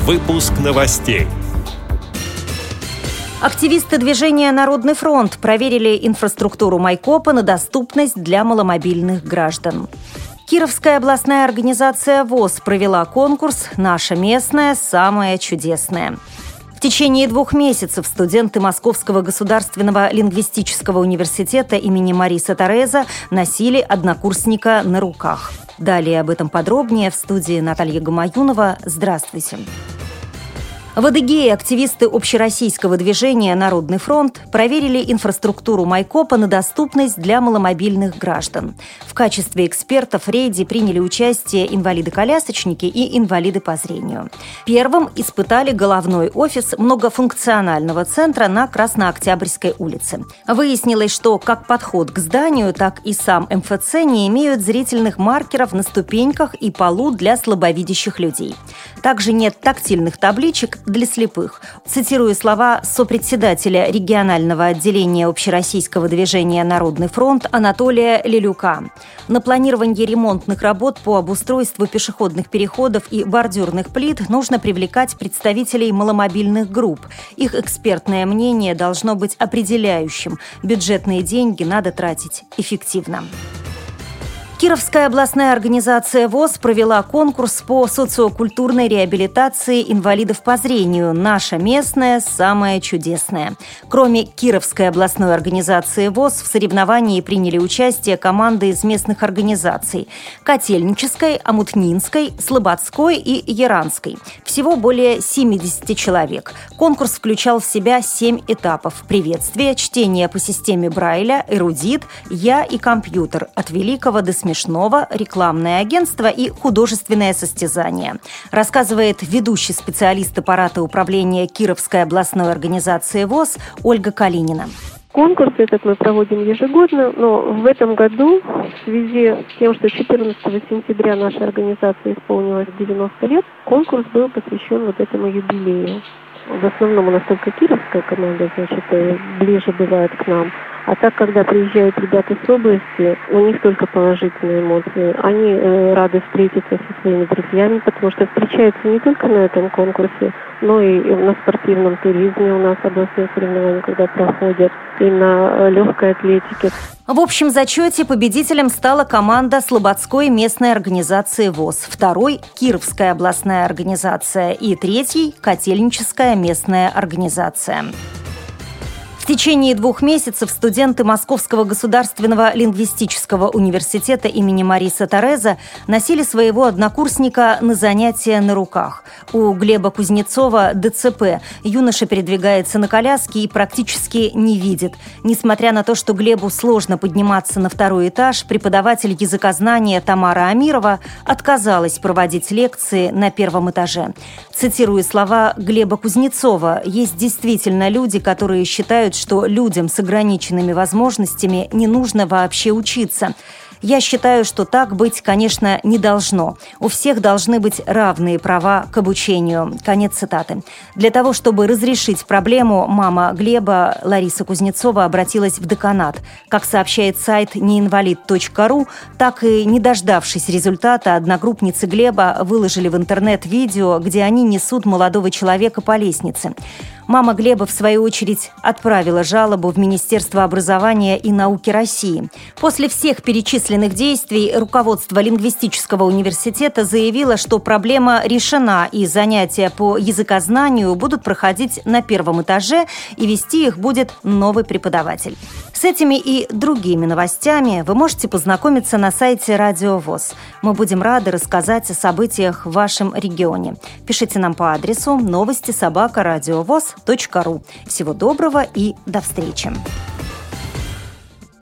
Выпуск новостей. Активисты движения «Народный фронт» проверили инфраструктуру Майкопа на доступность для маломобильных граждан. Кировская областная организация ВОС провела конкурс «Наша местная, самая чудесная». В течение 2 месяцев студенты Московского государственного лингвистического университета имени Мариса Тореза носили однокурсника на руках. Далее об этом подробнее в студии Наталья Гамаюнова. Здравствуйте. В Адыгее активисты общероссийского движения «Народный фронт» проверили инфраструктуру Майкопа на доступность для маломобильных граждан. В качестве экспертов в рейде приняли участие инвалиды-колясочники и инвалиды по зрению. Первым испытали головной офис многофункционального центра на Краснооктябрьской улице. Выяснилось, что как подход к зданию, так и сам МФЦ не имеют зрительных маркеров на ступеньках и полу для слабовидящих людей. Также нет тактильных табличек для слепых. Цитирую слова сопредседателя регионального отделения общероссийского движения «Народный фронт» Анатолия Лелюка. На планирование ремонтных работ по обустройству пешеходных переходов и бордюрных плит нужно привлекать представителей маломобильных групп. Их экспертное мнение должно быть определяющим. Бюджетные деньги надо тратить эффективно. Кировская областная организация ВОС провела конкурс по социокультурной реабилитации инвалидов по зрению «Наша местная, самая чудесная». Кроме Кировской областной организации ВОС в соревновании приняли участие команды из местных организаций – Котельнической, Омутнинской, Слободской и Яранской. Всего более 70 человек. Конкурс включал в себя 7 этапов – приветствие, чтение по системе Брайля, эрудит, я и компьютер от великого до смешного, рекламное агентство и художественное состязание. Рассказывает ведущий специалист аппарата управления Кировской областной организации ВОС Ольга Калинина. Конкурс этот мы проводим ежегодно, но в этом году в связи с тем, что 14 сентября нашей организации исполнилось 90 лет, конкурс был посвящен вот этому юбилею. В основном у нас только кировская команда, ближе бывает к нам. А так, когда приезжают ребята с области, у них только положительные эмоции. Они рады встретиться со своими друзьями, потому что встречаются не только на этом конкурсе, но и на спортивном туризме у нас областные соревнования, когда проходят, и на легкой атлетике. В общем зачете победителем стала команда Слободской местной организации ВОС, второй – Кировская областная организация и третий – Котельническая местная организация. В течение 2 месяцев студенты Московского государственного лингвистического университета имени Мариса Тореза носили своего однокурсника на занятия на руках. У Глеба Кузнецова ДЦП. Юноша передвигается на коляске и практически не видит. Несмотря на то, что Глебу сложно подниматься на 2-й этаж, преподаватель языкознания Тамара Амирова отказалась проводить лекции на 1-м этаже. Цитирую слова Глеба Кузнецова: «Есть действительно люди, которые считают, что людям с ограниченными возможностями не нужно вообще учиться. Я считаю, что так быть, конечно, не должно. У всех должны быть равные права к обучению». Конец цитаты. Для того, чтобы разрешить проблему, мама Глеба, Лариса Кузнецова, обратилась в деканат. Как сообщает сайт неинвалид.ру, так и не дождавшись результата, одногруппницы Глеба выложили в интернет видео, где они несут молодого человека по лестнице. Мама Глеба, в свою очередь, отправила жалобу в Министерство образования и науки России. После всех перечисленных действий руководство лингвистического университета заявило, что проблема решена, и занятия по языкознанию будут проходить на 1-м этаже, и вести их будет новый преподаватель. С этими и другими новостями вы можете познакомиться на сайте Радио ВОС. Мы будем рады рассказать о событиях в вашем регионе. Пишите нам по адресу новости@радиовос.ру. Всего доброго и до встречи!